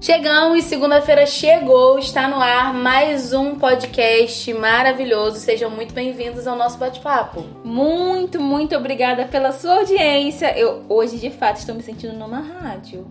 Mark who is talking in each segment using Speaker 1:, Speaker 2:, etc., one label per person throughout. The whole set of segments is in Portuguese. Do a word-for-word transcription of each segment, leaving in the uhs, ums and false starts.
Speaker 1: Chegamos, segunda-feira chegou, está no ar mais um podcast maravilhoso. Sejam muito bem-vindos ao nosso bate-papo.
Speaker 2: Muito, muito obrigada pela sua audiência. Eu hoje, de fato, estou me sentindo numa rádio.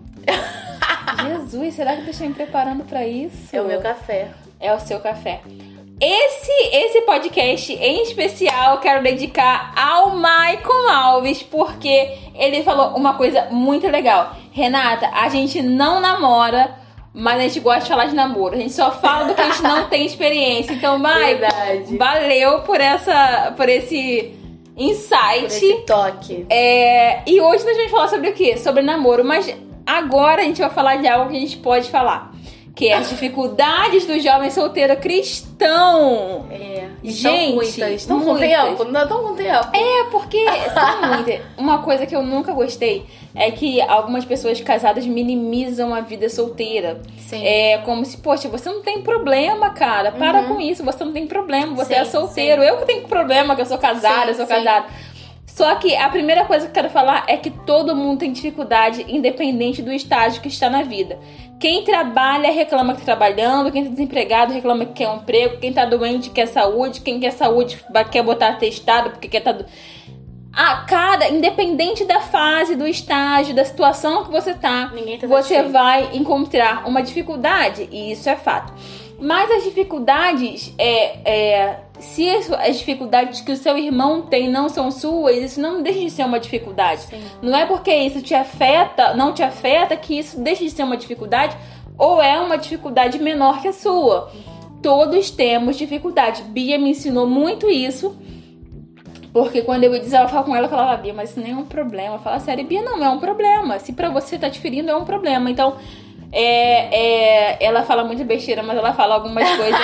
Speaker 2: Jesus, será que eu estou me preparando para isso?
Speaker 1: É o meu café.
Speaker 2: É o seu café. Esse, esse podcast em especial eu quero dedicar ao Maicon Alves, porque ele falou uma coisa muito legal. Renata, a gente não namora, mas a gente gosta de falar de namoro. A gente só fala do que a gente não tem experiência. Então, Maicon, valeu por, essa, por esse insight. Por
Speaker 1: esse toque.
Speaker 2: É, e hoje nós vamos falar sobre o quê? Sobre namoro. Mas agora a gente vai falar de algo que a gente pode falar. Que é as dificuldades do jovem solteiro cristão.
Speaker 1: É,
Speaker 2: gente,
Speaker 1: muitas. Estão com tempo? Não estão com tempo.
Speaker 2: É, porque são muitas. Uma coisa que eu nunca gostei é que algumas pessoas casadas minimizam a vida solteira.
Speaker 1: Sim.
Speaker 2: É como se, poxa, você não tem problema, cara. Para uhum. com isso, você não tem problema. Você sim, é solteiro. Sim. Eu que tenho problema, que eu sou casada, sim, eu sou sim. casada. Só que a primeira coisa que eu quero falar é que todo mundo tem dificuldade, independente do estágio que está na vida. Quem trabalha reclama que está trabalhando, quem está desempregado reclama que quer um emprego, quem está doente quer saúde, quem quer saúde quer botar atestado porque quer estar... Tá... A cada, independente da fase, do estágio, da situação que você tá,
Speaker 1: tá
Speaker 2: você vai encontrar uma dificuldade, e isso é fato. Mas as dificuldades, é, é, se as dificuldades que o seu irmão tem não são suas, isso não deixa de ser uma dificuldade.
Speaker 1: Sim.
Speaker 2: Não é porque isso te afeta, não te afeta, que isso deixa de ser uma dificuldade, ou é uma dificuldade menor que a sua. Todos temos dificuldade. Bia me ensinou muito isso, porque quando eu ia desabafar com ela, eu falava, Bia, mas isso nem é um problema. Eu falava, sério, Bia, não é um problema. Se pra você tá diferindo, é um problema. Então... É, é, ela fala muita besteira, mas ela fala algumas coisas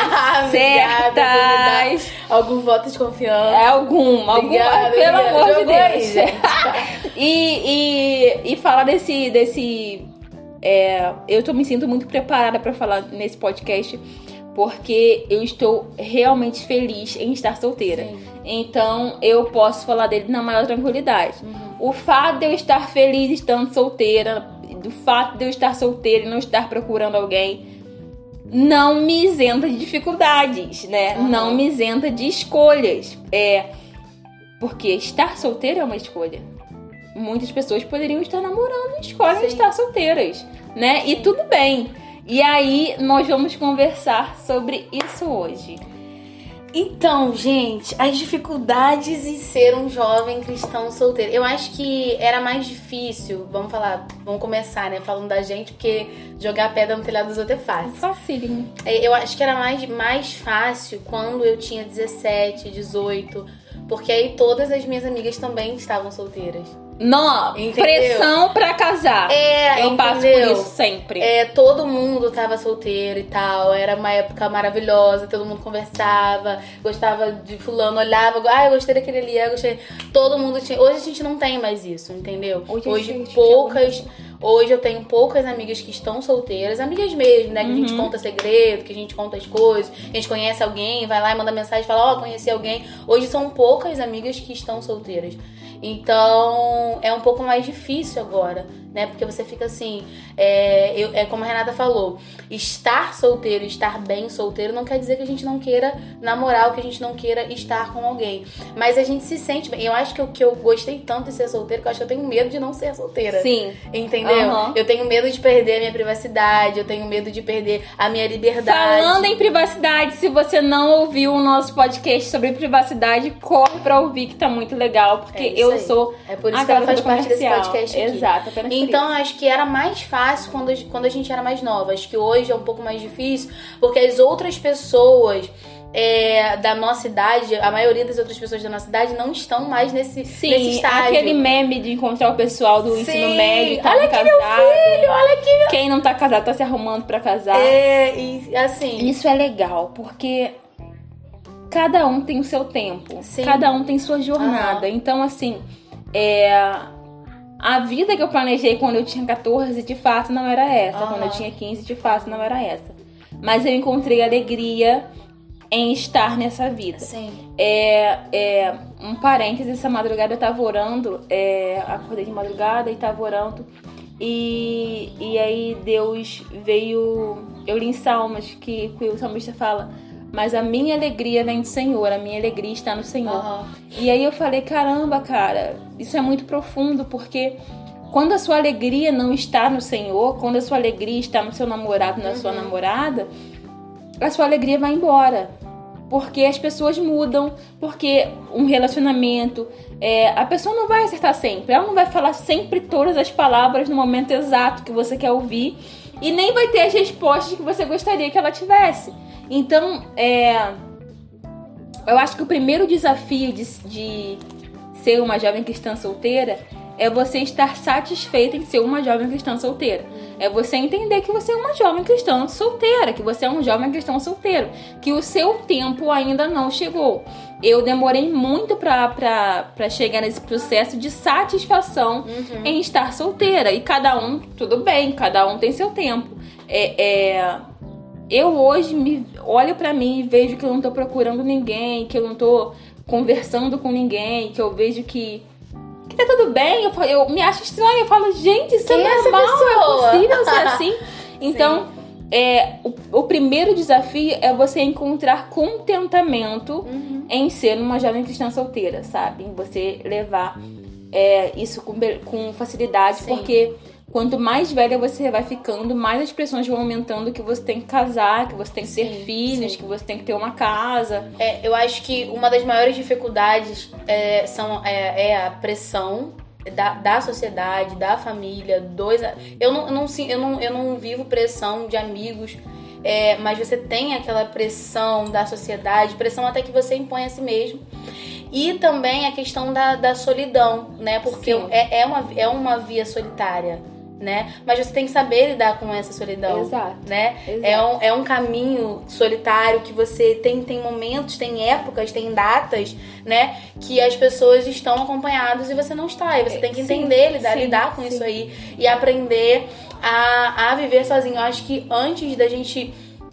Speaker 2: certas.
Speaker 1: Algum voto de confiança.
Speaker 2: É algum, algum
Speaker 1: obrigada,
Speaker 2: pelo
Speaker 1: obrigada.
Speaker 2: amor de
Speaker 1: Jogou
Speaker 2: Deus.
Speaker 1: Aí, gente.
Speaker 2: e, e, e fala desse... desse é, eu tô me sinto muito preparada pra falar nesse podcast, porque eu estou realmente feliz em estar solteira.
Speaker 1: Sim.
Speaker 2: Então eu posso falar dele na maior tranquilidade.
Speaker 1: Uhum.
Speaker 2: O fato de eu estar feliz estando solteira, do fato de eu estar solteira e não estar procurando alguém, não me isenta de dificuldades, né?
Speaker 1: Uhum.
Speaker 2: Não me isenta de escolhas. É, porque estar solteira é uma escolha. Muitas pessoas poderiam estar namorando e escolhem
Speaker 1: Sim.
Speaker 2: estar solteiras, né?
Speaker 1: Sim.
Speaker 2: E tudo bem. E aí nós vamos conversar sobre isso hoje.
Speaker 1: Então, gente, as dificuldades em ser um jovem cristão solteiro. Eu acho que era mais difícil, vamos falar, vamos começar, né, falando da gente, porque jogar pedra no telhado dos outros é fácil.
Speaker 2: Facílimo.
Speaker 1: Eu acho que era mais, mais fácil quando eu tinha dezessete, dezoito, porque aí todas as minhas amigas também estavam solteiras.
Speaker 2: Não,
Speaker 1: entendeu?
Speaker 2: Pressão pra casar.
Speaker 1: É,
Speaker 2: eu
Speaker 1: entendeu?
Speaker 2: passo por isso sempre.
Speaker 1: É, todo mundo tava solteiro e tal. Era uma época maravilhosa, todo mundo conversava, gostava de fulano, olhava, ah, eu gostei daquele ali, eu gostei. Todo mundo tinha. Hoje a gente não tem mais isso, entendeu?
Speaker 2: Hoje,
Speaker 1: Hoje poucas. Hoje eu tenho poucas amigas que estão solteiras, amigas mesmo, né? Que
Speaker 2: uhum.
Speaker 1: a gente conta segredo, que a gente conta as coisas, a gente conhece alguém, vai lá e manda mensagem e fala, ó, oh, conheci alguém. Hoje são poucas amigas que estão solteiras. Então, é um pouco mais difícil agora, né? Porque você fica assim, é, eu, é como a Renata falou, estar solteiro, estar bem solteiro não quer dizer que a gente não queira namorar ou que a gente não queira estar com alguém. Mas a gente se sente bem. Eu acho que eu, que eu gostei tanto de ser solteira que eu acho que eu tenho medo de não ser solteira.
Speaker 2: Sim.
Speaker 1: Entendeu? Uhum. Eu tenho medo de perder a minha privacidade, eu tenho medo de perder a minha liberdade.
Speaker 2: Falando em privacidade, se você não ouviu o nosso podcast sobre privacidade, corre pra ouvir que tá muito legal, porque
Speaker 1: é
Speaker 2: eu
Speaker 1: aí.
Speaker 2: sou
Speaker 1: É por isso
Speaker 2: a
Speaker 1: que ela faz
Speaker 2: comercial.
Speaker 1: parte desse podcast aqui.
Speaker 2: Exato, apenas
Speaker 1: então, acho que era mais fácil quando, quando a gente era mais nova. Acho que hoje é um pouco mais difícil, porque as outras pessoas é, da nossa idade, a maioria das outras pessoas da nossa idade não estão mais nesse,
Speaker 2: Sim,
Speaker 1: nesse estágio.
Speaker 2: Aquele meme de encontrar o pessoal do
Speaker 1: Sim.
Speaker 2: ensino médio, tá
Speaker 1: olha aqui
Speaker 2: casado.
Speaker 1: meu filho, olha aqui meu...
Speaker 2: Quem não tá casado tá se arrumando pra casar.
Speaker 1: É, e assim...
Speaker 2: Isso é legal, porque cada um tem o seu tempo.
Speaker 1: Sim.
Speaker 2: Cada um tem sua jornada.
Speaker 1: Uhum.
Speaker 2: Então, assim, é... a vida que eu planejei quando eu tinha catorze, de fato, não era essa.
Speaker 1: Uhum.
Speaker 2: Quando eu tinha quinze, de fato, não era essa. Mas eu encontrei alegria em estar nessa vida.
Speaker 1: Sim.
Speaker 2: É, é, um parênteses, essa madrugada eu tava orando, é, acordei de madrugada e tava orando. E, e aí Deus veio... Eu li em Salmos que, que o salmista fala: mas a minha alegria vem do Senhor, a minha alegria está no Senhor. Uhum. E aí eu falei, caramba, cara, isso é muito profundo, porque quando a sua alegria não está no Senhor, quando a sua alegria está no seu namorado, na uhum. sua namorada, a sua alegria vai embora. Porque as pessoas mudam, porque um relacionamento, é, a pessoa não vai acertar sempre, ela não vai falar sempre todas as palavras no momento exato que você quer ouvir, e nem vai ter as respostas que você gostaria que ela tivesse. Então, é, eu acho que o primeiro desafio de, de ser uma jovem cristã solteira é você estar satisfeita em ser uma jovem cristã solteira. É você entender que você é uma jovem cristã solteira, que você é um jovem cristão solteiro, que o seu tempo ainda não chegou. Eu demorei muito pra, pra, pra chegar nesse processo de satisfação uhum. em estar solteira. E cada um, tudo bem, cada um tem seu tempo. É... é Eu hoje me olho pra mim e vejo que eu não tô procurando ninguém, que eu não tô conversando com ninguém, que eu vejo que, que tá tudo bem. Eu, eu me acho estranho, eu falo, gente, isso Quem é normal, é possível ser assim. Então, é, o, o primeiro desafio é você encontrar contentamento uhum. em ser uma jovem cristã solteira, sabe? Em você levar é, isso com, com facilidade, Sim. porque... Quanto mais velha você vai ficando, mais as pressões vão aumentando que você tem que casar, que você tem que sim, ter filhos, sim. que você tem que ter uma casa.
Speaker 1: É, eu acho que uma das maiores dificuldades é, são, é, é a pressão da, da sociedade, da família. Dois, eu, não, eu, não, eu, não, eu não vivo pressão de amigos, é, mas você tem aquela pressão da sociedade, pressão até que você impõe a si mesmo. E também a questão da, da solidão, né? Porque é, é, uma, é uma via solitária. Né? Mas você tem que saber lidar com essa solidão.
Speaker 2: Exato.
Speaker 1: Né?
Speaker 2: Exato.
Speaker 1: É, um, é um caminho solitário que você tem, tem momentos, tem épocas, tem datas, né? Que as pessoas estão acompanhadas e você não está. E você tem que entender, sim, lidar, sim, lidar com sim. isso aí e aprender a, a viver sozinho. Eu acho que antes da gente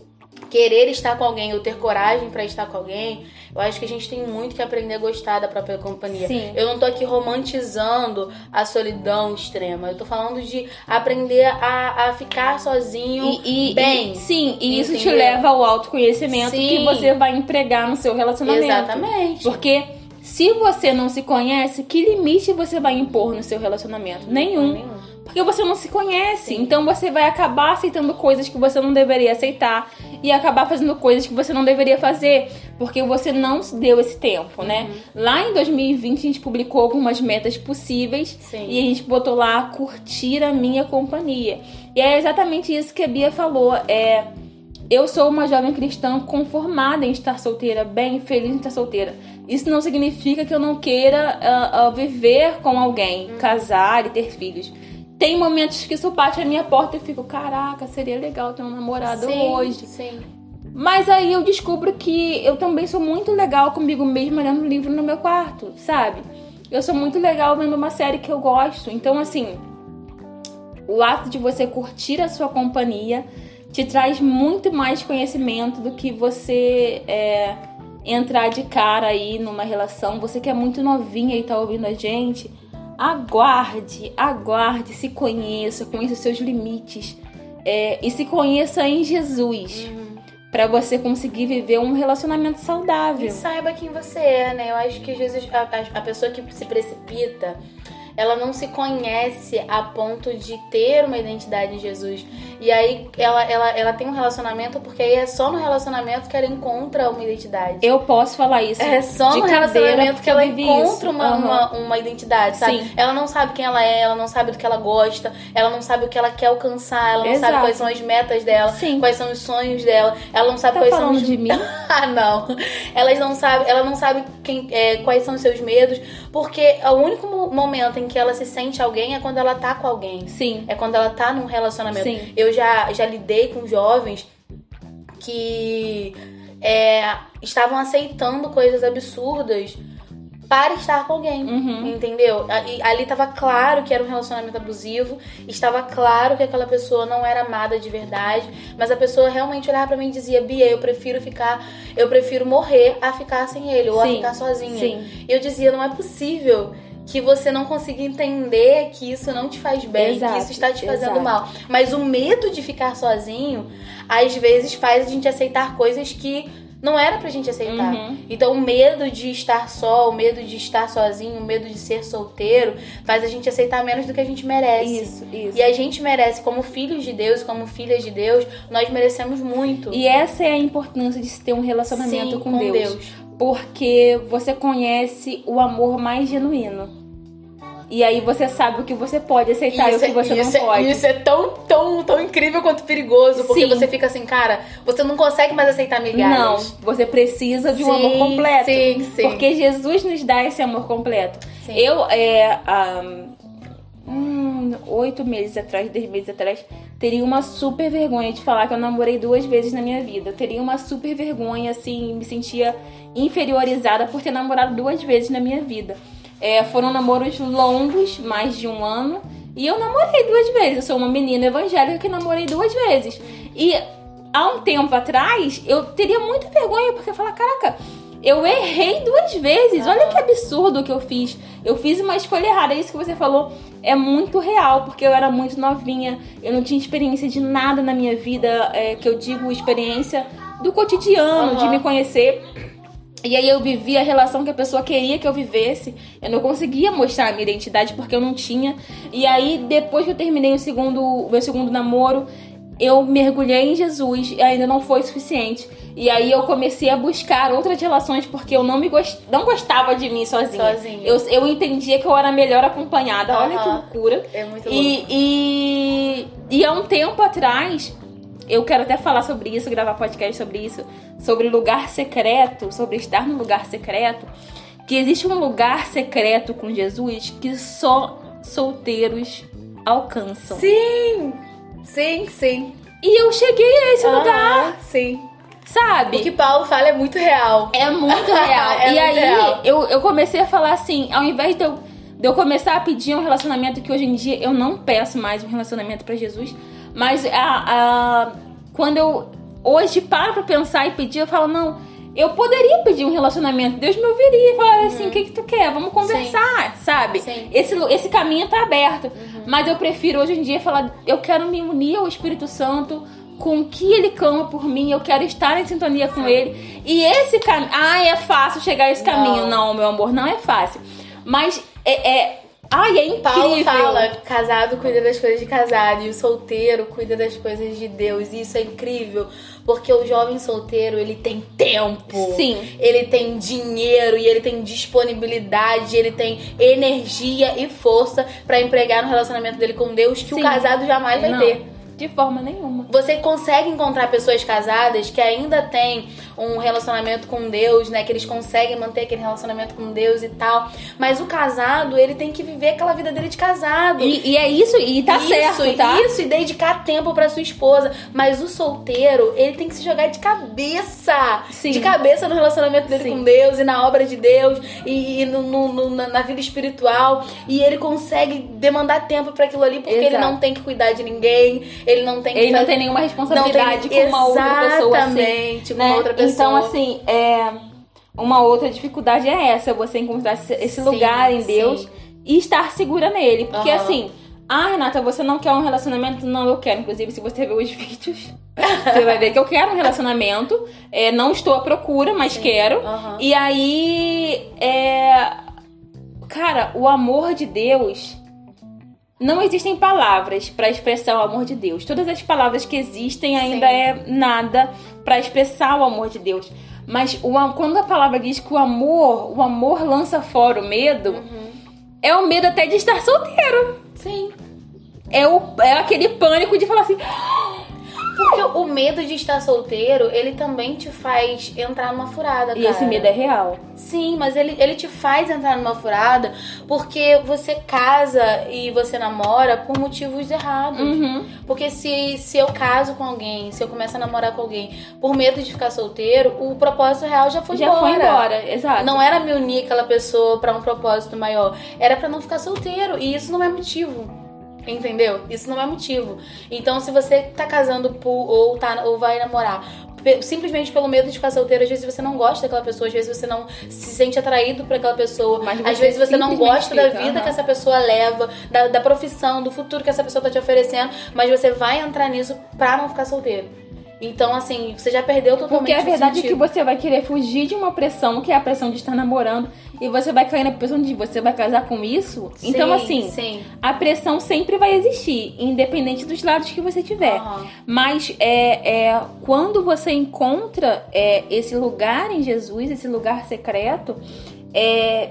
Speaker 1: querer estar com alguém ou ter coragem pra estar com alguém, eu acho que a gente tem muito que aprender a gostar da própria companhia.
Speaker 2: Sim.
Speaker 1: Eu não tô aqui romantizando a solidão extrema. Eu tô falando de aprender a, a ficar sozinho
Speaker 2: e, e,
Speaker 1: bem.
Speaker 2: E, sim, e isso entendeu? Te leva ao autoconhecimento sim. que você vai empregar no seu relacionamento.
Speaker 1: Exatamente.
Speaker 2: Porque se você não se conhece, que limite você vai impor no seu relacionamento? Nenhum. Nenhum. Porque você não se conhece. Sim. Então você vai acabar aceitando coisas que você não deveria aceitar e acabar fazendo coisas que você não deveria fazer, porque você não se deu esse tempo, uhum. né? Lá em dois mil e vinte a gente publicou algumas metas possíveis. Sim. E a gente botou lá curtir a minha companhia. E é exatamente isso que a Bia falou. É, eu sou uma jovem cristã conformada em estar solteira, bem feliz em estar solteira. Isso não significa que eu não queira uh, uh, viver com alguém, uhum. casar e ter filhos. Tem momentos que isso bate a minha porta e eu fico, caraca, seria legal ter um namorado
Speaker 1: sim,
Speaker 2: hoje.
Speaker 1: Sim.
Speaker 2: Mas aí eu descubro que eu também sou muito legal comigo mesma lendo um livro no meu quarto, sabe? Eu sou muito legal vendo uma série que eu gosto. Então, assim, o ato de você curtir a sua companhia te traz muito mais conhecimento do que você é, entrar de cara aí numa relação. Você que é muito novinha e tá ouvindo a gente... Aguarde, aguarde, se conheça, conheça os seus limites é, e se conheça em Jesus uhum. para você conseguir viver um relacionamento saudável.
Speaker 1: E saiba quem você é, né? Eu acho que Jesus, a, a pessoa que se precipita, ela não se conhece a ponto de ter uma identidade em Jesus. E aí ela, ela, ela tem um relacionamento, porque aí é só no relacionamento que ela encontra uma identidade.
Speaker 2: Eu posso falar isso.
Speaker 1: É só no relacionamento que ela encontra uma, uhum. uma, uma identidade, sabe?
Speaker 2: Sim.
Speaker 1: Ela não sabe quem ela é, ela não sabe do que ela gosta, ela não sabe o que ela quer alcançar, ela não Exato. Sabe quais são as metas dela,
Speaker 2: Sim.
Speaker 1: quais são os sonhos dela, ela não sabe
Speaker 2: tá
Speaker 1: quais
Speaker 2: falando
Speaker 1: são os...
Speaker 2: de mim?
Speaker 1: Ah, não. Elas não sabe, ela não sabe quem, é, quais são os seus medos, porque o único momento em que ela se sente alguém é quando ela tá com alguém.
Speaker 2: Sim.
Speaker 1: É quando ela tá num relacionamento.
Speaker 2: Sim.
Speaker 1: Eu já, já lidei com jovens que é, estavam aceitando coisas absurdas para estar com alguém,
Speaker 2: uhum.
Speaker 1: entendeu? E ali tava claro que era um relacionamento abusivo, estava claro que aquela pessoa não era amada de verdade, mas a pessoa realmente olhava pra mim e dizia, Bia, eu prefiro ficar, eu prefiro morrer a ficar sem ele, ou
Speaker 2: Sim.
Speaker 1: a ficar sozinha.
Speaker 2: Sim.
Speaker 1: E eu dizia, não é possível que você não consiga entender que isso não te faz bem,
Speaker 2: Exato,
Speaker 1: que isso está te fazendo
Speaker 2: exato.
Speaker 1: mal. Mas o medo de ficar sozinho, às vezes, faz a gente aceitar coisas que não era pra gente aceitar.
Speaker 2: Uhum.
Speaker 1: Então, o medo de estar só, o medo de estar sozinho, o medo de ser solteiro, faz a gente aceitar menos do que a gente merece.
Speaker 2: Isso, isso.
Speaker 1: E a gente merece, como filhos de Deus, como filhas de Deus, nós merecemos muito.
Speaker 2: E essa é a importância de se ter um relacionamento
Speaker 1: Sim,
Speaker 2: com,
Speaker 1: com
Speaker 2: Deus.
Speaker 1: Deus.
Speaker 2: Porque você conhece o amor mais genuíno. E aí você sabe o que você pode aceitar
Speaker 1: Isso
Speaker 2: e o que você
Speaker 1: é, isso
Speaker 2: não pode.
Speaker 1: É, isso é tão, tão, tão incrível quanto perigoso. Porque
Speaker 2: Sim.
Speaker 1: você fica assim, cara, você não consegue mais aceitar migalhas.
Speaker 2: Não, você precisa de um
Speaker 1: Sim,
Speaker 2: amor completo.
Speaker 1: sim, sim.
Speaker 2: Porque Jesus nos dá esse amor completo.
Speaker 1: Sim.
Speaker 2: Eu, é, um, hum, oito meses atrás, dez meses atrás, teria uma super vergonha de falar que eu namorei duas vezes na minha vida. Eu teria uma super vergonha, assim, me sentia inferiorizada por ter namorado duas vezes na minha vida. É, foram namoros longos, mais de um ano, e eu namorei duas vezes. Eu sou uma menina evangélica que namorei duas vezes. E há um tempo atrás, eu teria muita vergonha, porque eu falava, caraca, eu errei duas vezes. Olha que absurdo o que eu fiz. Eu fiz uma escolha errada. Isso que você falou é muito real, porque eu era muito novinha, eu não tinha experiência de nada na minha vida, é, que eu digo experiência do cotidiano,
Speaker 1: uhum.
Speaker 2: de me conhecer. E aí eu vivia a relação que a pessoa queria que eu vivesse. Eu não conseguia mostrar a minha identidade porque eu não tinha. E aí, depois que eu terminei o segundo, o meu segundo namoro, eu mergulhei em Jesus e ainda não foi suficiente. E aí eu comecei a buscar outras relações porque eu não, me gost... não gostava de mim sozinha.
Speaker 1: Sozinha.
Speaker 2: Eu, eu entendia que eu era melhor acompanhada. Olha
Speaker 1: Uhum.
Speaker 2: que loucura.
Speaker 1: É muito louco.
Speaker 2: E, e, e há um tempo atrás... Eu quero até falar sobre isso, gravar podcast sobre isso, sobre lugar secreto, sobre estar no lugar secreto, que existe um lugar secreto com Jesus que só solteiros alcançam.
Speaker 1: Sim, sim, sim.
Speaker 2: E eu cheguei a esse
Speaker 1: Uhum,
Speaker 2: lugar,
Speaker 1: sim.
Speaker 2: sabe?
Speaker 1: O que Paulo fala é muito real.
Speaker 2: É muito real.
Speaker 1: É
Speaker 2: e
Speaker 1: muito
Speaker 2: aí
Speaker 1: real.
Speaker 2: Eu, eu comecei a falar assim, ao invés de eu, de eu começar a pedir um relacionamento, que hoje em dia eu não peço mais um relacionamento pra Jesus, mas a, a, quando eu hoje paro pra pensar e pedir, eu falo, não, eu poderia pedir um relacionamento, Deus me ouviria e falaria assim, o que que tu quer? Vamos conversar,
Speaker 1: Sim.
Speaker 2: sabe?
Speaker 1: Sim.
Speaker 2: Esse, esse caminho tá aberto,
Speaker 1: Uhum.
Speaker 2: mas eu prefiro hoje em dia falar, eu quero me unir ao Espírito Santo, com o que ele clama por mim, eu quero estar em sintonia com ele, e esse caminho, ah, é fácil chegar a esse
Speaker 1: Não.
Speaker 2: caminho, não, meu amor, não é fácil, mas é... é Ai, é incrível.
Speaker 1: Paulo fala, casado cuida das coisas de casado e o solteiro cuida das coisas de Deus. E isso é incrível, porque o jovem solteiro, ele tem tempo.
Speaker 2: Sim.
Speaker 1: Ele tem dinheiro e ele tem disponibilidade, ele tem energia e força pra empregar no relacionamento dele com Deus, que
Speaker 2: Sim.
Speaker 1: o casado jamais vai
Speaker 2: Não,
Speaker 1: ter.
Speaker 2: de forma nenhuma.
Speaker 1: Você consegue encontrar pessoas casadas que ainda têm um relacionamento com Deus, né? Que eles conseguem manter aquele relacionamento com Deus e tal. Mas o casado, ele tem que viver aquela vida dele de casado.
Speaker 2: E, e é isso, e tá
Speaker 1: isso,
Speaker 2: certo, tá?
Speaker 1: Isso, e dedicar tempo pra sua esposa. Mas o solteiro, ele tem que se jogar de cabeça.
Speaker 2: Sim.
Speaker 1: De cabeça no relacionamento dele
Speaker 2: Sim.
Speaker 1: com Deus e na obra de Deus e, e no, no, no, na, na vida espiritual. E ele consegue demandar tempo pra aquilo ali porque
Speaker 2: Exato.
Speaker 1: ele não tem que cuidar de ninguém. Ele não tem que
Speaker 2: Ele não
Speaker 1: fazer-
Speaker 2: tem nenhuma responsabilidade
Speaker 1: Não tem-
Speaker 2: com uma outra pessoa, assim,
Speaker 1: Exatamente, com
Speaker 2: né?
Speaker 1: uma outra pessoa.
Speaker 2: Então, assim, é... uma outra dificuldade é essa, você encontrar esse, esse
Speaker 1: Sim,
Speaker 2: lugar em
Speaker 1: sim.
Speaker 2: Deus e estar segura nele. Porque,
Speaker 1: Aham.
Speaker 2: assim, ah, Renata, você não quer um relacionamento? Não, eu quero. Inclusive, se você ver os vídeos, você vai ver que eu quero um relacionamento. É, não estou à procura, mas quero.
Speaker 1: Aham.
Speaker 2: E aí, é... cara, o amor de Deus... Não existem palavras para expressar o amor de Deus. Todas as palavras que existem ainda
Speaker 1: Sim.
Speaker 2: é nada para expressar o amor de Deus. Mas o, quando a palavra diz que o amor, o amor lança fora o medo,
Speaker 1: Uhum.
Speaker 2: é o medo até de estar solteiro.
Speaker 1: Sim.
Speaker 2: É, o, é aquele pânico de falar assim...
Speaker 1: Porque o medo de estar solteiro, ele também te faz entrar numa furada, cara.
Speaker 2: E esse medo é real.
Speaker 1: Sim, mas ele, ele te faz entrar numa furada porque você casa e você namora por motivos errados.
Speaker 2: Uhum.
Speaker 1: Porque se, se eu caso com alguém, se eu começo a namorar com alguém por medo de ficar solteiro, o propósito real já foi
Speaker 2: Já
Speaker 1: embora.
Speaker 2: foi embora, exato.
Speaker 1: Não era me unir aquela pessoa pra um propósito maior. Era pra não ficar solteiro. E isso não é motivo. Entendeu? Isso não é motivo. Então, se você tá casando por, ou, tá, ou vai namorar simplesmente pelo medo de ficar solteiro. Às vezes você não gosta daquela pessoa, às vezes você não se sente atraído por aquela pessoa,
Speaker 2: Mas
Speaker 1: às
Speaker 2: você
Speaker 1: vezes você não gosta
Speaker 2: simplesmente
Speaker 1: da
Speaker 2: fica,
Speaker 1: vida
Speaker 2: aham.
Speaker 1: que essa pessoa leva, da, da profissão, do futuro que essa pessoa tá te oferecendo, mas você vai entrar nisso pra não ficar solteiro. Então, assim, você já perdeu totalmente
Speaker 2: Porque a
Speaker 1: o
Speaker 2: verdade é que
Speaker 1: sentido.
Speaker 2: você vai querer fugir de uma pressão, que é a pressão de estar namorando, e você vai cair na pressão de você vai casar com isso.
Speaker 1: Sim,
Speaker 2: Então, assim,
Speaker 1: sim.
Speaker 2: a pressão sempre vai existir, independente dos lados que você tiver.
Speaker 1: Uhum.
Speaker 2: Mas é, é, quando você encontra é, esse lugar em Jesus, esse lugar secreto, é,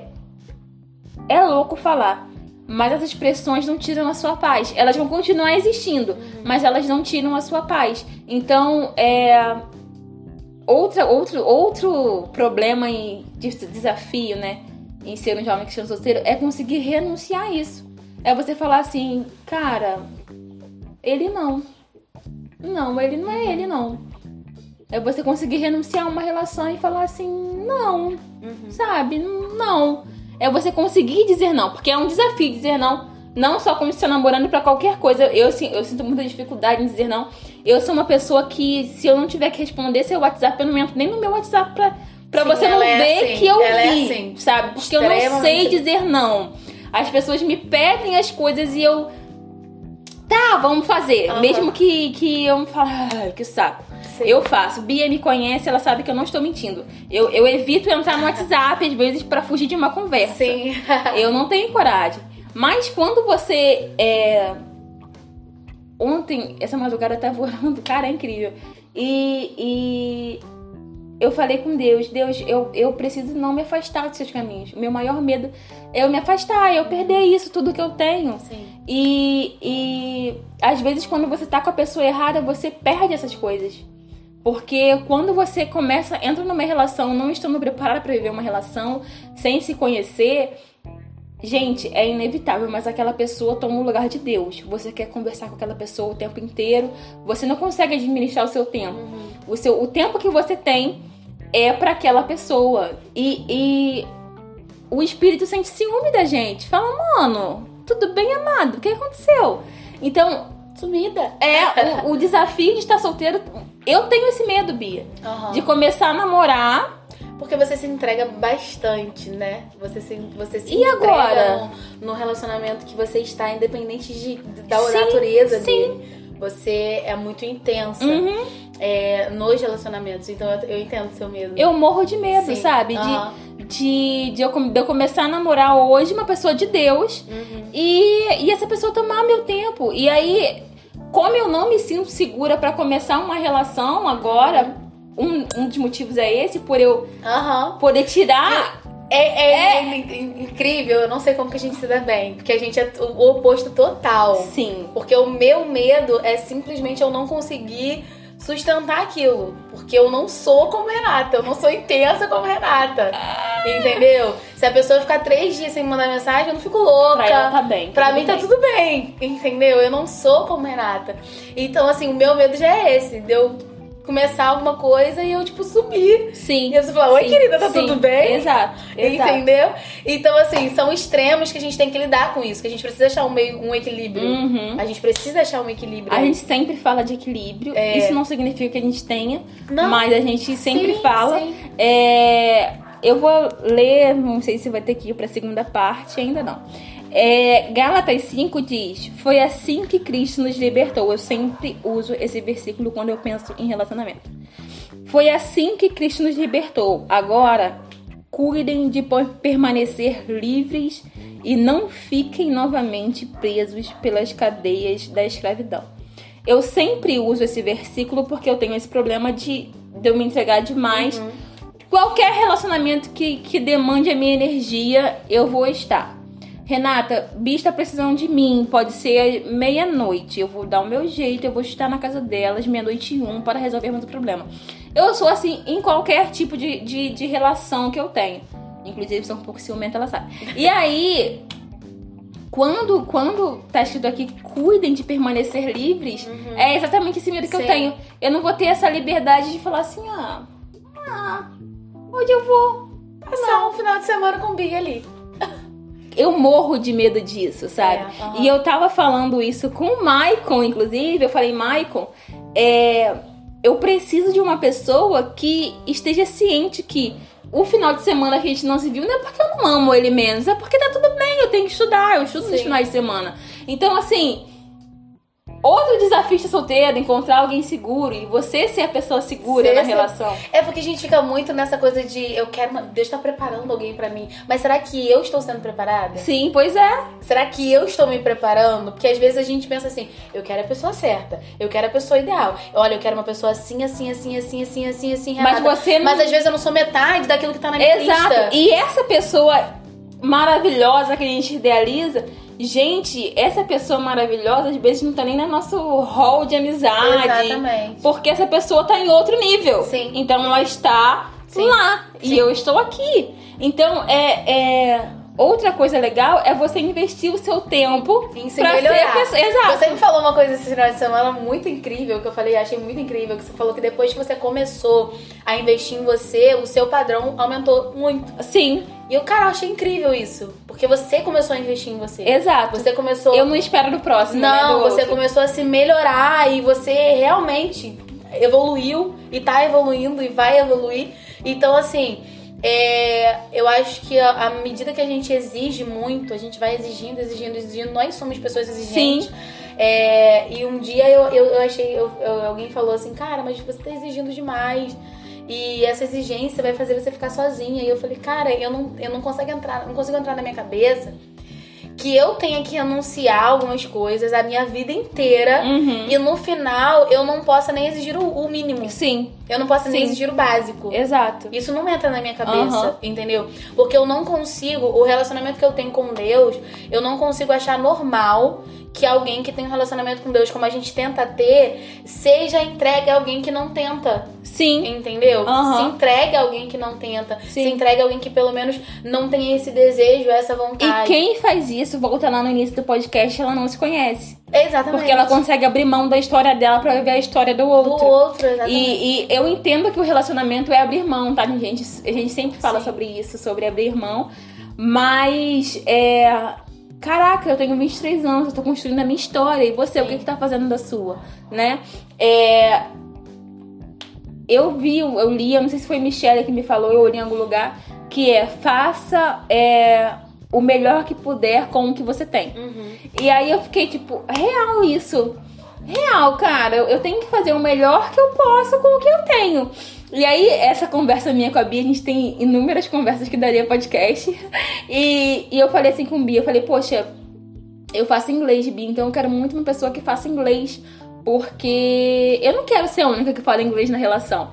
Speaker 2: é louco falar. Mas essas pressões não tiram a sua paz. Elas vão continuar existindo, uhum. mas elas não tiram a sua paz. Então, é... Outra, outro, outro problema e desafio, né, em ser um jovem cristão solteiro é conseguir renunciar a isso. É você falar assim, cara, ele não. Não, ele não é ele, não. É você conseguir renunciar a uma relação e falar assim, não, uhum. sabe? Não. É você conseguir dizer não, porque é um desafio dizer não, não só como se você namorando pra qualquer coisa. Eu, eu sinto muita dificuldade em dizer não. Eu sou uma pessoa que, se eu não tiver que responder seu WhatsApp, eu não entro nem no meu WhatsApp pra, pra Sim, você não
Speaker 1: é
Speaker 2: ver
Speaker 1: assim,
Speaker 2: que eu
Speaker 1: ela
Speaker 2: vi,
Speaker 1: é assim,
Speaker 2: sabe? Porque eu não sei dizer não. As pessoas me pedem as coisas e eu... Tá, vamos fazer. Uhum. Mesmo que, que eu me fale, ai, que saco. Sim. Eu faço. Bia me conhece, ela sabe que eu não estou mentindo. Eu, eu evito entrar no WhatsApp, às vezes, pra fugir de uma conversa.
Speaker 1: Sim.
Speaker 2: Eu não tenho coragem. Mas quando você... É... Ontem, essa madrugada tá voando, cara, é incrível. E, e eu falei com Deus, Deus, eu, eu preciso não me afastar dos seus caminhos. O meu maior medo é eu me afastar, eu perder isso, tudo que eu tenho.
Speaker 1: Sim.
Speaker 2: E, e às vezes quando você tá com a pessoa errada, você perde essas coisas. Porque quando você começa, entra numa relação, não estando preparada para viver uma relação, sem se conhecer, gente, é inevitável, mas aquela pessoa toma o lugar de Deus. Você quer conversar com aquela pessoa o tempo inteiro, você não consegue administrar o seu tempo. Uhum. O, seu, o tempo que você tem é para aquela pessoa. E, e o espírito sente ciúme da gente. Fala, mano, tudo bem, amado? O que aconteceu? Então...
Speaker 1: Sumida.
Speaker 2: É, o, o desafio de estar solteiro... Eu tenho esse medo, Bia. Uhum. De começar a namorar...
Speaker 1: Porque você se entrega bastante, né? Você se, você se
Speaker 2: e
Speaker 1: entrega
Speaker 2: agora?
Speaker 1: No, no relacionamento que você está, independente de, da
Speaker 2: sim,
Speaker 1: natureza
Speaker 2: sim.
Speaker 1: dele. Você é muito intensa
Speaker 2: uhum.
Speaker 1: é, nos relacionamentos. Então eu, eu entendo o seu medo.
Speaker 2: Eu morro de medo, sim. sabe?
Speaker 1: Uhum.
Speaker 2: De, de, de, eu, de eu começar a namorar hoje uma pessoa de Deus
Speaker 1: uhum.
Speaker 2: e, e essa pessoa tomar meu tempo. E aí, como eu não me sinto segura pra começar uma relação agora... Uhum. Um, um dos motivos é esse, por eu
Speaker 1: uhum.
Speaker 2: poder tirar...
Speaker 1: É, é, é. é incrível, eu não sei como que a gente se dá bem. Porque a gente é o oposto total.
Speaker 2: Sim.
Speaker 1: Porque o meu medo é simplesmente eu não conseguir sustentar aquilo. Porque eu não sou como Renata, eu não sou intensa como Renata. Ah. Entendeu? Se a pessoa ficar três dias sem mandar mensagem, eu não fico louca.
Speaker 2: Pra ela tá bem.
Speaker 1: Pra mim tá tudo bem, entendeu? Eu não sou como Renata. Então, assim, o meu medo já é esse, de eu começar alguma coisa e eu, tipo, sumir.
Speaker 2: Sim.
Speaker 1: E você fala, oi,
Speaker 2: sim,
Speaker 1: querida, tá
Speaker 2: sim.
Speaker 1: tudo bem?
Speaker 2: Exato, exato.
Speaker 1: Entendeu? Então, assim, são extremos que a gente tem que lidar com isso, que a gente precisa achar um, meio, um equilíbrio.
Speaker 2: Uhum.
Speaker 1: A gente precisa achar um equilíbrio.
Speaker 2: A gente sempre fala de equilíbrio. É. Isso não significa que a gente tenha,
Speaker 1: não.
Speaker 2: mas a gente sempre
Speaker 1: sim,
Speaker 2: fala.
Speaker 1: Sim.
Speaker 2: É... Eu vou ler, não sei se vai ter que ir pra segunda parte, ainda não. É, Gálatas cinco diz: foi assim que Cristo nos libertou. Eu sempre uso esse versículo quando eu penso em relacionamento. Foi assim que Cristo nos libertou. Agora, cuidem de permanecer livres e não fiquem novamente presos pelas cadeias da escravidão. Eu sempre uso esse versículo porque eu tenho esse problema de, de eu me entregar demais. Uhum. Qualquer relacionamento que, que demande a minha energia, eu vou estar. Renata, Bia está precisando de mim, pode ser meia-noite, eu vou dar o meu jeito, eu vou estar na casa delas meia-noite e um para resolvermos o problema. Eu sou assim em qualquer tipo de, de, de relação que eu tenho. Inclusive, sou um pouco ciumenta, ela sabe. E aí, quando, quando tá escrito aqui, cuidem de permanecer livres, uhum. é exatamente esse medo que Sim. eu tenho. Eu não vou ter essa liberdade de falar assim, ah, ah hoje eu vou
Speaker 1: passar não. um final de semana com Bia ali.
Speaker 2: Eu morro de medo disso, sabe?
Speaker 1: É, uhum.
Speaker 2: E eu tava falando isso com o Maicon, inclusive. Eu falei, Maicon, é... eu preciso de uma pessoa que esteja ciente que o final de semana que a gente não se viu não é porque eu não amo ele menos, é porque tá tudo bem, eu tenho que estudar, eu estudo Sim. nos finais de semana. Então, assim, outro desafio de ser solteiro, encontrar alguém seguro e você ser a pessoa segura Ser na relação.
Speaker 1: É porque a gente fica muito nessa coisa de eu quero uma... Deus tá preparando alguém pra mim. Mas será que eu estou sendo preparada?
Speaker 2: Sim, pois é.
Speaker 1: Será que eu estou me preparando? Porque às vezes a gente pensa assim, eu quero a pessoa certa, eu quero a pessoa ideal. Olha, eu quero uma pessoa assim, assim, assim, assim, assim, assim, assim,
Speaker 2: Mas você não...
Speaker 1: Mas às vezes eu não sou metade daquilo que tá na minha
Speaker 2: Exato.
Speaker 1: lista.
Speaker 2: E essa pessoa maravilhosa que a gente idealiza... Gente, essa pessoa maravilhosa às vezes não tá nem no nosso hall de amizade.
Speaker 1: Exatamente.
Speaker 2: Porque essa pessoa tá em outro nível.
Speaker 1: Sim.
Speaker 2: Então ela está Sim. lá. Sim. E eu estou aqui. Então, é, é... outra coisa legal é você investir o seu tempo
Speaker 1: em se melhorar.
Speaker 2: Pessoa... Exato.
Speaker 1: Você me falou uma coisa esse final de semana muito incrível, que eu falei, achei muito incrível, que você falou que depois que você começou a investir em você, o seu padrão aumentou muito.
Speaker 2: Sim.
Speaker 1: E eu, cara, eu achei incrível isso. Porque você começou a investir em você.
Speaker 2: Exato.
Speaker 1: Você começou...
Speaker 2: Eu não espero do próximo,
Speaker 1: Não,
Speaker 2: né, do
Speaker 1: você
Speaker 2: outro.
Speaker 1: começou a se melhorar e você realmente evoluiu e tá evoluindo e vai evoluir. Então, assim... É, eu acho que à medida que a gente exige muito, a gente vai exigindo, exigindo, exigindo. Nós somos pessoas exigentes.
Speaker 2: Sim.
Speaker 1: É, e um dia eu, eu, eu achei, eu, eu, alguém falou assim, cara, mas você tá exigindo demais. E essa exigência vai fazer você ficar sozinha. E eu falei, cara, eu não, eu não consigo entrar, não consigo entrar na minha cabeça que eu tenha que renunciar algumas coisas a minha vida inteira
Speaker 2: uhum.
Speaker 1: e no final eu não possa nem exigir o, o mínimo.
Speaker 2: Sim.
Speaker 1: Eu não posso
Speaker 2: Sim.
Speaker 1: nem exigir o básico.
Speaker 2: Exato.
Speaker 1: Isso não entra na minha cabeça,
Speaker 2: uhum.
Speaker 1: entendeu? Porque eu não consigo, o relacionamento que eu tenho com Deus, eu não consigo achar normal que alguém que tem um relacionamento com Deus como a gente tenta ter, seja entregue a alguém que não tenta.
Speaker 2: Sim.
Speaker 1: Entendeu?
Speaker 2: Uhum.
Speaker 1: Se entregue a alguém que não tenta.
Speaker 2: Sim.
Speaker 1: Se entregue a alguém que pelo menos não tem esse desejo, essa vontade.
Speaker 2: E quem faz isso, volta lá no início do podcast, ela não se conhece.
Speaker 1: Exatamente.
Speaker 2: Porque ela consegue abrir mão da história dela pra ver a história do outro.
Speaker 1: Do outro, exatamente.
Speaker 2: E, e eu entendo que o relacionamento é abrir mão, tá, gente? A gente sempre fala Sim. sobre isso, sobre abrir mão. Mas, é... Caraca, eu tenho vinte e três anos, eu tô construindo a minha história. E você, Sim. o que que tá fazendo da sua? Né? É... Eu vi, eu li, eu não sei se foi Michelle que me falou, eu li em algum lugar, que é, faça é, o melhor que puder com o que você tem.
Speaker 1: Uhum.
Speaker 2: E aí eu fiquei tipo, real isso. Real, cara, eu, eu tenho que fazer o melhor que eu posso com o que eu tenho. E aí, essa conversa minha com a Bia, a gente tem inúmeras conversas que daria podcast. E, e eu falei assim com a Bia, eu falei, poxa, eu faço inglês, Bia, então eu quero muito uma pessoa que faça inglês. Porque eu não quero ser a única que fala inglês na relação.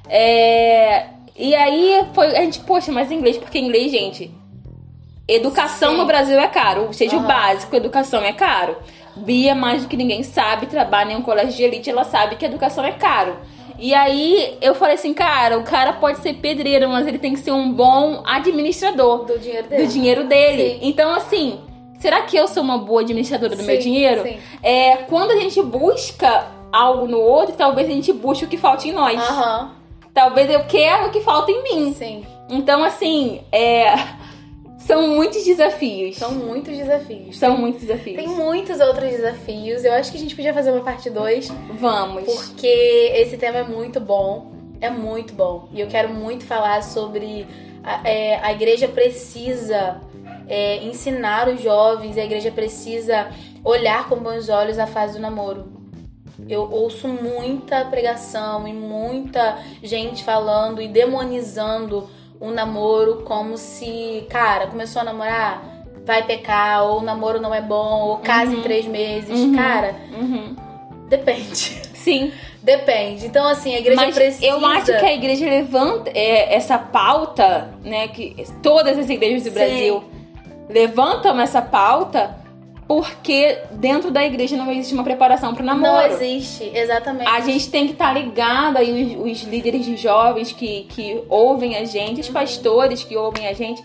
Speaker 2: É... E aí, foi, a gente, poxa, mas inglês, porque inglês, gente... Educação Sim. no Brasil é caro, seja uhum. o básico, educação é caro. Bia, mais do que ninguém sabe, trabalha em um colégio de elite, ela sabe que educação é caro. E aí, eu falei assim, cara, o cara pode ser pedreiro, mas ele tem que ser um bom administrador.
Speaker 1: Do dinheiro dele.
Speaker 2: Do dinheiro dele.
Speaker 1: Sim.
Speaker 2: Então, assim... Será que eu sou uma boa administradora do
Speaker 1: sim,
Speaker 2: meu dinheiro?
Speaker 1: Sim.
Speaker 2: É, quando a gente busca algo no outro, talvez a gente busque o que falta em nós.
Speaker 1: Uhum.
Speaker 2: Talvez eu quero o que falta em mim.
Speaker 1: Sim.
Speaker 2: Então, assim, é... são muitos desafios.
Speaker 1: São muitos desafios.
Speaker 2: São
Speaker 1: tem,
Speaker 2: muitos desafios.
Speaker 1: Tem muitos outros desafios. Eu acho que a gente podia fazer uma parte dois.
Speaker 2: Vamos.
Speaker 1: Porque esse tema é muito bom. É muito bom. E eu quero muito falar sobre... A, é, a igreja precisa... É, ensinar os jovens, a igreja precisa olhar com bons olhos a fase do namoro. Eu ouço muita pregação e muita gente falando e demonizando o namoro como se, cara, começou a namorar, vai pecar, ou o namoro não é bom, ou casa uhum. em três meses.
Speaker 2: Uhum.
Speaker 1: Cara,
Speaker 2: uhum.
Speaker 1: depende.
Speaker 2: Sim.
Speaker 1: Depende. Então, assim, a igreja
Speaker 2: Mas
Speaker 1: precisa...
Speaker 2: eu acho que a igreja levanta é, essa pauta, né, que todas as igrejas do Sim. Brasil levantam essa pauta porque dentro da igreja não existe uma preparação para o namoro.
Speaker 1: Não existe, exatamente.
Speaker 2: A gente tem que estar ligado aí, os, os líderes de jovens que, que ouvem a gente, os pastores que ouvem a gente,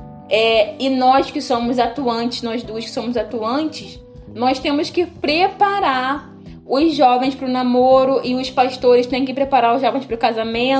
Speaker 2: é, e nós que somos atuantes, nós duas que somos atuantes, nós temos que preparar os jovens para o namoro e os pastores têm que preparar os jovens para o casamento.
Speaker 1: Sim.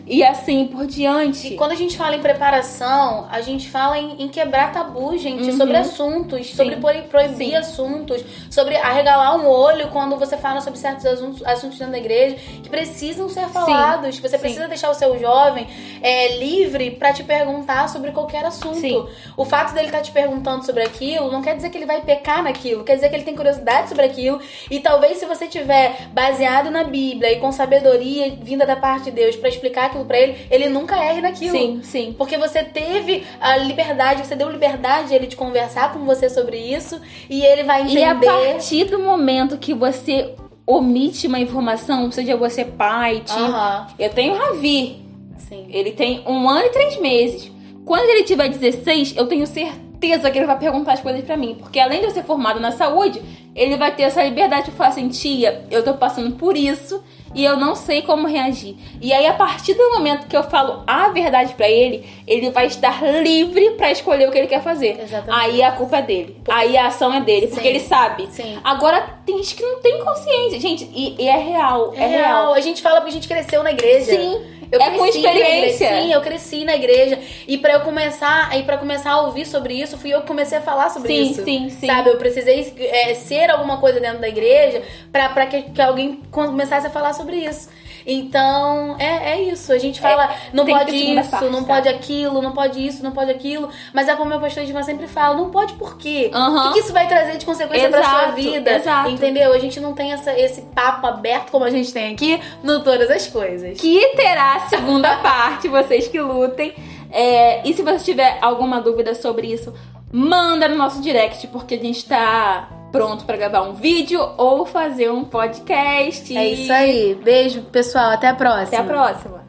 Speaker 2: e assim por diante.
Speaker 1: E quando a gente fala em preparação, a gente fala em, em quebrar tabu, gente, uhum. sobre assuntos, Sim. sobre proibir Sim. assuntos, sobre arregalar um olho quando você fala sobre certos assuntos, assuntos dentro da igreja que precisam ser falados. Sim. Você precisa Sim. deixar o seu jovem é, livre pra te perguntar sobre qualquer assunto. Sim. O fato dele estar tá te perguntando sobre aquilo não quer dizer que ele vai pecar naquilo, quer dizer que ele tem curiosidade sobre aquilo, e talvez se você tiver baseado na Bíblia e com sabedoria vinda da parte de Deus pra explicar aquilo pra ele, ele nunca erre naquilo.
Speaker 2: Sim, sim.
Speaker 1: Porque você teve a liberdade, você deu liberdade a ele de conversar com você sobre isso, e ele vai entender.
Speaker 2: E a partir do momento que você omite uma informação, seja você pai, tio, uh-huh. eu tenho o Ravi.
Speaker 1: Sim.
Speaker 2: Ele tem um ano e três meses. Quando ele tiver dezesseis, eu tenho certeza que ele vai perguntar as coisas pra mim. Porque além de eu ser formado na saúde, ele vai ter essa liberdade de falar assim, tia, eu tô passando por isso e eu não sei como reagir. E aí, a partir do momento que eu falo a verdade pra ele, ele vai estar livre pra escolher o que ele quer fazer.
Speaker 1: Exatamente.
Speaker 2: Aí a culpa é dele. Porque... Aí a ação é dele, Sim. porque ele sabe.
Speaker 1: Sim.
Speaker 2: Agora, tem gente que não tem consciência. Gente, e, e é real. É,
Speaker 1: é real. real. A gente fala porque a gente cresceu na igreja.
Speaker 2: Sim.
Speaker 1: Eu
Speaker 2: é com experiência.
Speaker 1: Sim, eu cresci na igreja. E pra eu começar, aí pra começar a ouvir sobre isso, fui eu que comecei a falar sobre
Speaker 2: sim,
Speaker 1: isso.
Speaker 2: Sim, sim,
Speaker 1: Sabe, eu precisei é, ser alguma coisa dentro da igreja pra, pra que, que alguém começasse a falar sobre isso. Então, é, é isso. A gente fala, é, não pode isso, parte, não tá? pode aquilo, não pode isso, não pode aquilo. Mas é como meu pastor Edvan sempre fala, não pode por quê?
Speaker 2: Uhum.
Speaker 1: O que, que isso vai trazer de consequência
Speaker 2: exato,
Speaker 1: pra sua vida?
Speaker 2: Exato.
Speaker 1: Entendeu? A gente não tem essa, esse papo aberto como a gente tem aqui no Todas as Coisas.
Speaker 2: Que terá a segunda parte, vocês que lutem. É, e se você tiver alguma dúvida sobre isso, manda no nosso direct, porque a gente tá pronto pra gravar um vídeo ou fazer um podcast.
Speaker 1: É isso aí. Beijo, pessoal. Até a próxima.
Speaker 2: Até a próxima.